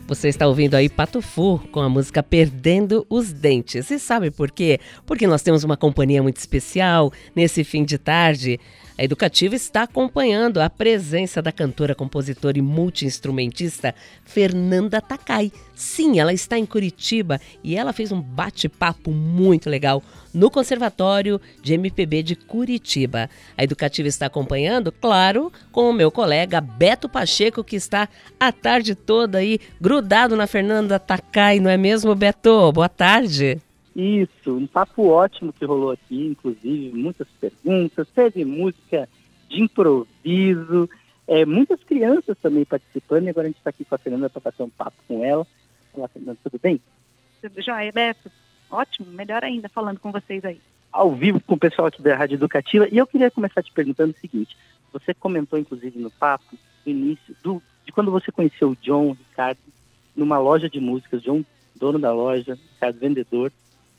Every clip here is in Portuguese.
Você está ouvindo aí Pato Fu com a música Perdendo os Dentes. E sabe por quê? Porque nós temos uma companhia muito especial nesse fim de tarde. A Educativa está acompanhando a presença da cantora, compositora e multi-instrumentista Fernanda Takai. Sim, ela está em Curitiba e ela fez um bate-papo muito legal no Conservatório de MPB de Curitiba. A Educativa está acompanhando, claro, com o meu colega Beto Pacheco, que está a tarde toda aí grudado na Fernanda Takai, não é mesmo, Beto? Boa tarde. Isso, um papo ótimo que rolou aqui, inclusive muitas perguntas, teve música de improviso, muitas crianças também participando, e agora a gente está aqui com a Fernanda para bater um papo com ela. Olá, Fernanda, tudo bem? Tudo jóia, Beto? Ótimo, melhor ainda falando com vocês aí. Ao vivo com o pessoal aqui da Rádio Educativa, e eu queria começar te perguntando o seguinte, você comentou inclusive no papo, no início, de quando você conheceu o John Ricardo numa loja de músicas, John, dono da loja, Ricardo, vendedor,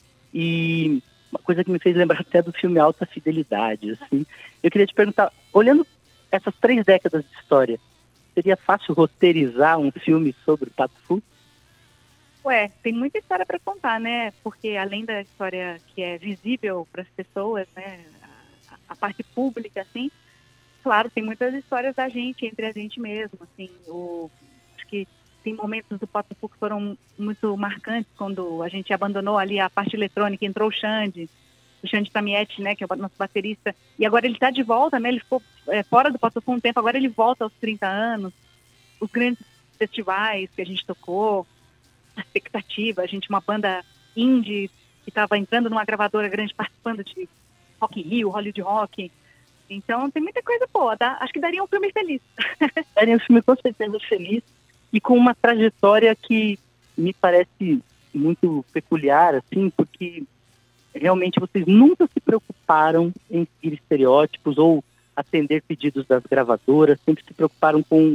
e uma coisa que me fez lembrar até do filme Alta Fidelidade, assim. Eu queria te perguntar, olhando essas 3 décadas de história, seria fácil roteirizar um filme sobre o Pato Fu? Tem muita história para contar, né? Porque além da história que é visível para as pessoas, né? A parte pública, assim, claro, tem muitas histórias da gente, entre a gente mesmo, assim. Acho que tem momentos do Pato Fu que foram muito marcantes, quando a gente abandonou ali a parte eletrônica, entrou o Xande Tamietti, né, que é o nosso baterista, e agora ele está de volta, né, ele ficou fora do Pato Fu um tempo, agora ele volta aos 30 anos, os grandes festivais que a gente tocou, a expectativa, a gente, uma banda indie que estava entrando numa gravadora grande, participando de Rock in Rio, Hollywood Rock, então tem muita coisa boa, acho que daria um filme feliz. Daria um filme com certeza feliz, e com uma trajetória que me parece muito peculiar, assim, porque realmente vocês nunca se preocuparam em seguir estereótipos ou atender pedidos das gravadoras, sempre se preocuparam com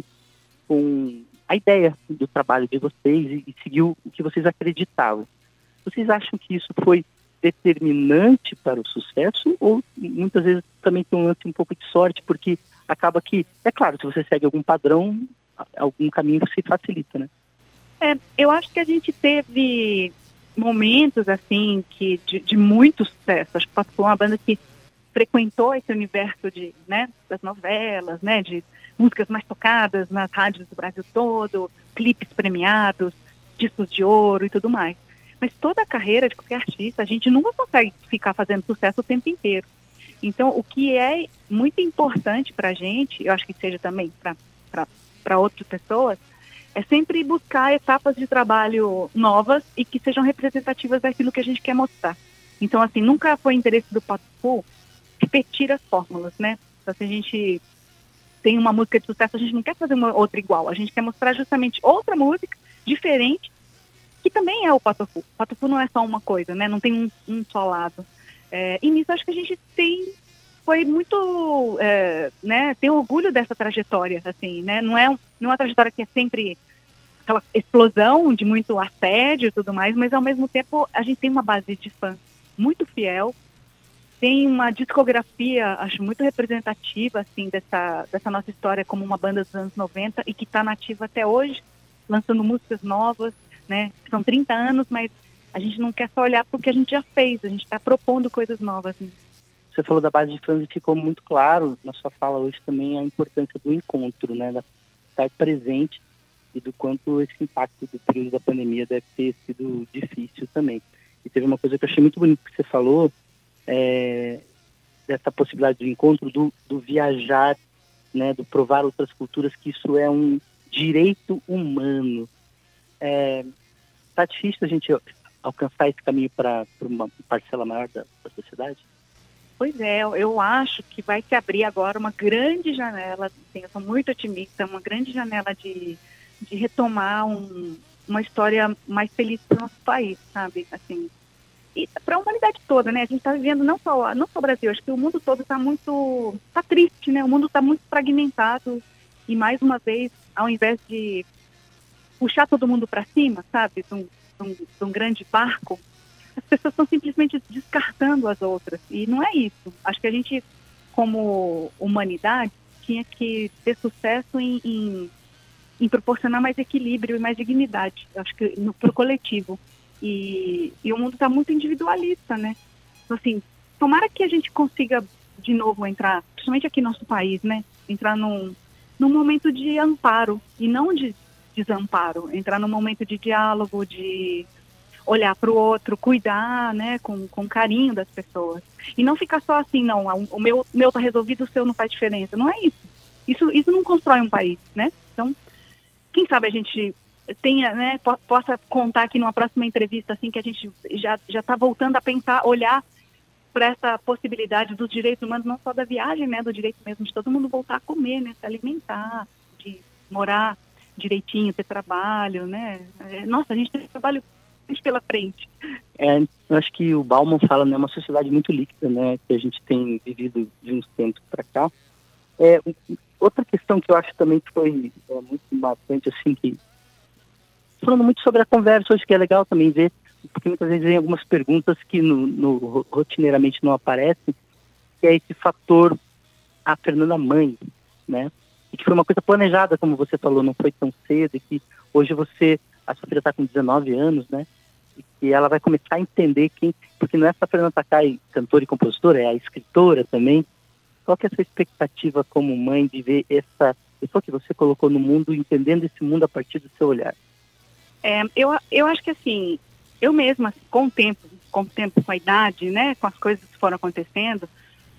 a ideia do trabalho de vocês e seguir o que vocês acreditavam. Vocês acham que isso foi determinante para o sucesso ou muitas vezes também tem um lance um pouco de sorte, porque acaba que, é claro, se você segue algum padrão, algum caminho se facilita, né? Eu acho que a gente teve momentos, assim, de muito sucesso. Acho que Pato Fu é uma banda que frequentou esse universo das novelas, né, de músicas mais tocadas nas rádios do Brasil todo, clipes premiados, discos de ouro e tudo mais. Mas toda a carreira de qualquer artista, a gente nunca consegue ficar fazendo sucesso o tempo inteiro. Então, o que é muito importante para a gente, eu acho que seja também para outras pessoas, é sempre buscar etapas de trabalho novas e que sejam representativas daquilo que a gente quer mostrar. Então, assim, nunca foi interesse do Pato Fu repetir as fórmulas, né? Então, se a gente tem uma música de sucesso, a gente não quer fazer uma outra igual, a gente quer mostrar justamente outra música diferente, que também é o Pato Fu. O Pato Fu não é só uma coisa, né? Não tem um só lado. E nisso acho que a gente foi muito, tem orgulho dessa trajetória, assim, né? Não é uma trajetória que é sempre aquela explosão de muito assédio e tudo mais, mas ao mesmo tempo a gente tem uma base de fãs muito fiel, tem uma discografia, acho, muito representativa, assim, dessa nossa história como uma banda dos anos 90 e que está nativa até hoje, lançando músicas novas, né? São 30 anos, mas a gente não quer só olhar para o que a gente já fez, a gente está propondo coisas novas, né? Você falou da base de fãs e ficou muito claro na sua fala hoje também a importância do encontro, né, da estar presente e do quanto esse impacto do período da pandemia deve ter sido difícil também. E teve uma coisa que eu achei muito bonita que você falou, dessa possibilidade do encontro, do viajar, né, do provar outras culturas, que isso é um direito humano. Tá difícil a gente alcançar esse caminho para uma parcela maior da sociedade? Pois é, eu acho que vai se abrir agora uma grande janela, assim, eu sou muito otimista, uma grande janela de retomar uma história mais feliz para o nosso país, sabe? Assim, e para a humanidade toda, né? A gente está vivendo não só o Brasil, acho que o mundo todo está triste, né? O mundo está muito fragmentado e mais uma vez, ao invés de puxar todo mundo para cima, sabe? De um grande barco, as pessoas estão simplesmente descartando as outras. E não é isso. Acho que a gente, como humanidade, tinha que ter sucesso em em proporcionar mais equilíbrio e mais dignidade, eu acho que pro coletivo. E o mundo está muito individualista, né? Então, assim, tomara que a gente consiga de novo entrar, principalmente aqui no nosso país, né? Entrar num momento de amparo e não de desamparo. Entrar num momento de diálogo, de olhar para o outro, cuidar, né? Com carinho das pessoas. E não ficar só assim, não, o meu tá resolvido, o seu não faz diferença. Não é isso. Isso não constrói um país, né? Então, quem sabe a gente tenha, né, possa contar aqui numa próxima entrevista, assim, que a gente já está voltando a pensar, olhar para essa possibilidade dos direitos humanos, não só da viagem, né, do direito mesmo de todo mundo voltar a comer, né, se alimentar, de morar direitinho, ter trabalho, né. Nossa, a gente tem trabalho pela frente. Eu acho que o Bauman fala, né, uma sociedade muito líquida, né, que a gente tem vivido de uns tempos para cá. Outra questão que eu acho também que foi muito marcante, assim, que falando muito sobre a conversa hoje, que é legal também ver, porque muitas vezes vem algumas perguntas que rotineiramente não aparecem, que é esse fator a Fernanda mãe, né? E que foi uma coisa planejada, como você falou, não foi tão cedo, e que hoje a sua filha está com 19 anos, né? E que ela vai começar a entender porque não é só a Fernanda Takai, cantora e compositora, é a escritora também. Qual que é a sua expectativa como mãe de ver essa pessoa que você colocou no mundo, entendendo esse mundo a partir do seu olhar? Eu acho que assim, eu mesma, com o tempo, com a idade, né, com as coisas que foram acontecendo,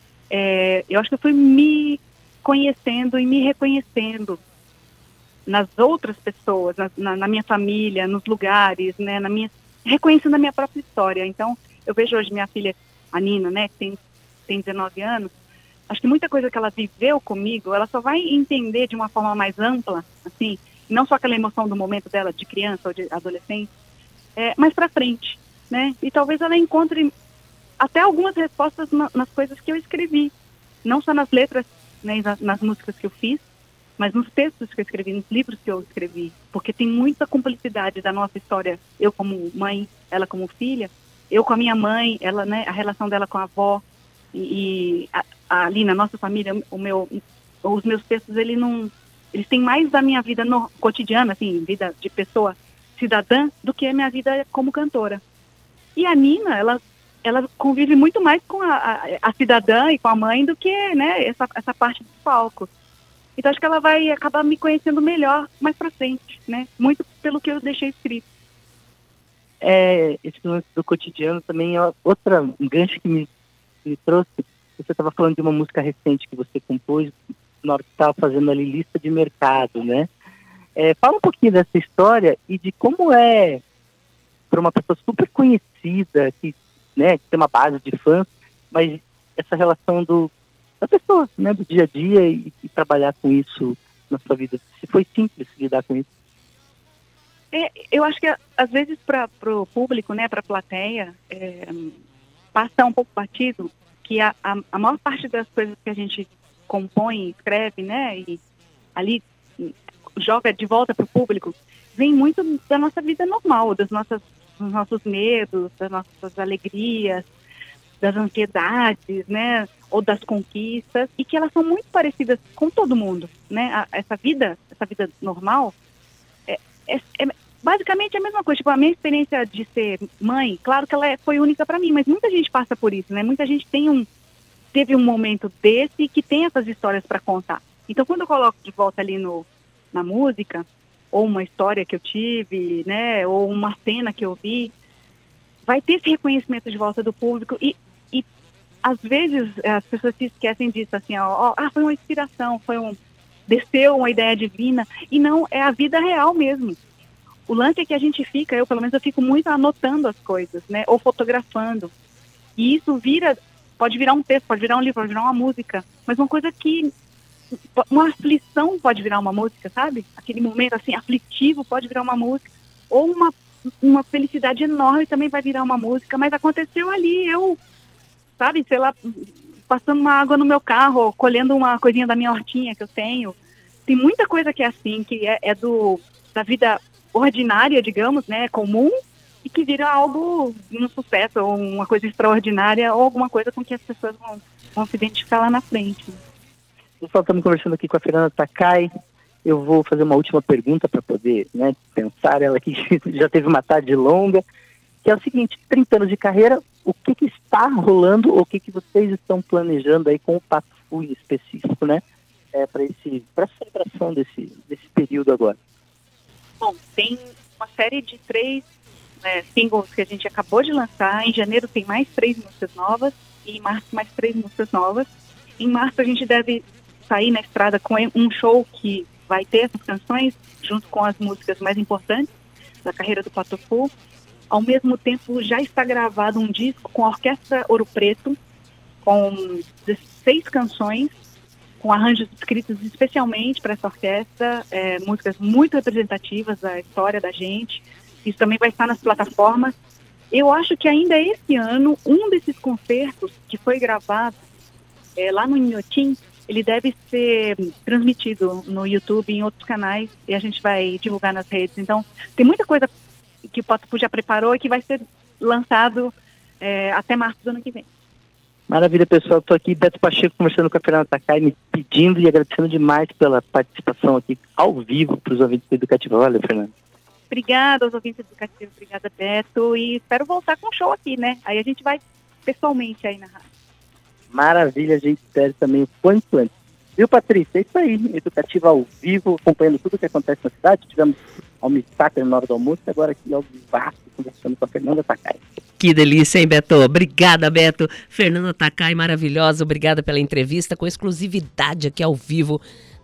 eu acho que eu fui me conhecendo e me reconhecendo nas outras pessoas, na minha família, nos lugares, né, reconhecendo a minha própria história. Então, eu vejo hoje minha filha, a Nina, né, que tem 19 anos, acho que muita coisa que ela viveu comigo, ela só vai entender de uma forma mais ampla, assim, não só aquela emoção do momento dela de criança ou de adolescente, mais para frente, né? E talvez ela encontre até algumas respostas nas coisas que eu escrevi, não só nas letras, né, nas músicas que eu fiz, mas nos textos que eu escrevi, nos livros que eu escrevi, porque tem muita cumplicidade da nossa história, eu como mãe, ela como filha, eu com a minha mãe, ela, né, a relação dela com a avó, e ali na nossa família, os meus textos, eles têm mais da minha vida cotidiana, assim, vida de pessoa cidadã, do que a minha vida como cantora. E a Nina, ela convive muito mais com a cidadã e com a mãe do que, né, essa parte do palco. Então acho que ela vai acabar me conhecendo melhor mais pra frente, né, muito pelo que eu deixei escrito. Esse lance do cotidiano também é um gancho que me trouxe. Você estava falando de uma música recente que você compôs na hora que estava fazendo ali lista de mercado, né? Fala um pouquinho dessa história e de como é para uma pessoa super conhecida, que, né, que tem uma base de fãs, mas essa relação da pessoa, né, do dia a dia e trabalhar com isso na sua vida. Se foi simples lidar com isso? Eu acho que às vezes para o público, né, para a plateia, passa um pouco batido que a maior parte das coisas que a gente compõe, escreve, né, e ali joga de volta para o público, vem muito da nossa vida normal, dos nossos medos, das nossas alegrias, das ansiedades, né, ou das conquistas, e que elas são muito parecidas com todo mundo, né, essa vida normal é basicamente a mesma coisa. Tipo, a minha experiência de ser mãe, claro que ela foi única para mim, mas muita gente passa por isso, né? Muita gente teve um momento desse que tem essas histórias para contar. Então, quando eu coloco de volta ali na música, ou uma história que eu tive, né? Ou uma cena que eu vi, vai ter esse reconhecimento de volta do público e às vezes as pessoas se esquecem disso, assim, foi uma inspiração, desceu uma ideia divina, e não, é a vida real mesmo. O lance é que a gente fica, pelo menos eu fico muito anotando as coisas, né, ou fotografando, e isso pode virar um texto, pode virar um livro, pode virar uma música, mas uma aflição pode virar uma música, sabe? Aquele momento, assim, aflitivo pode virar uma música, ou uma felicidade enorme também vai virar uma música, mas aconteceu ali, sabe, sei lá, passando uma água no meu carro, colhendo uma coisinha da minha hortinha que eu tenho. Tem muita coisa que é assim, que da vida ordinária, digamos, né, comum, e que vira algo, um sucesso, ou uma coisa extraordinária, ou alguma coisa com que as pessoas vão se identificar lá na frente. Pessoal, estamos conversando aqui com a Fernanda Takai. eu vou fazer uma última pergunta para poder, né, pensar, ela que já teve uma tarde longa, que é o seguinte: 30 anos de carreira, o que está rolando, ou o que vocês estão planejando aí com o Pato Fu em específico, né, para a celebração desse período agora? Bom, tem uma série de 3 singles que a gente acabou de lançar. Em janeiro tem mais 3 músicas novas, e em março mais 3 músicas novas. Em março a gente deve sair na estrada com um show que vai ter essas canções, junto com as músicas mais importantes da carreira do Pato Fu. Ao mesmo tempo, já está gravado um disco com a Orquestra Ouro Preto, com 16 canções, com arranjos escritos especialmente para essa orquestra, músicas muito representativas da história da gente. Isso também vai estar nas plataformas. Eu acho que ainda esse ano, um desses concertos que foi gravado lá no Inhotim, ele deve ser transmitido no YouTube e em outros canais, e a gente vai divulgar nas redes. Então, tem muita coisa que o Pato Fu já preparou e que vai ser lançado até março do ano que vem. Maravilha, pessoal. Estou aqui, Beto Pacheco, conversando com a Fernanda Takai, me pedindo e agradecendo demais pela participação aqui ao vivo para os ouvintes do Educativo. Valeu, Fernanda. Obrigada aos ouvintes educativos, obrigada, Beto, e espero voltar com o show aqui, né? Aí a gente vai pessoalmente aí na rádio. Maravilha, a gente espera também o quanto antes. Viu, Patrícia? É isso aí, Educativa ao vivo, acompanhando tudo o que acontece na cidade. Tivemos almoçar na hora do almoço, agora aqui ao vivaço, conversando com a Fernanda Takai. Que delícia, hein, Beto? Obrigada, Beto. Fernanda Takai, maravilhosa, obrigada pela entrevista com exclusividade aqui ao vivo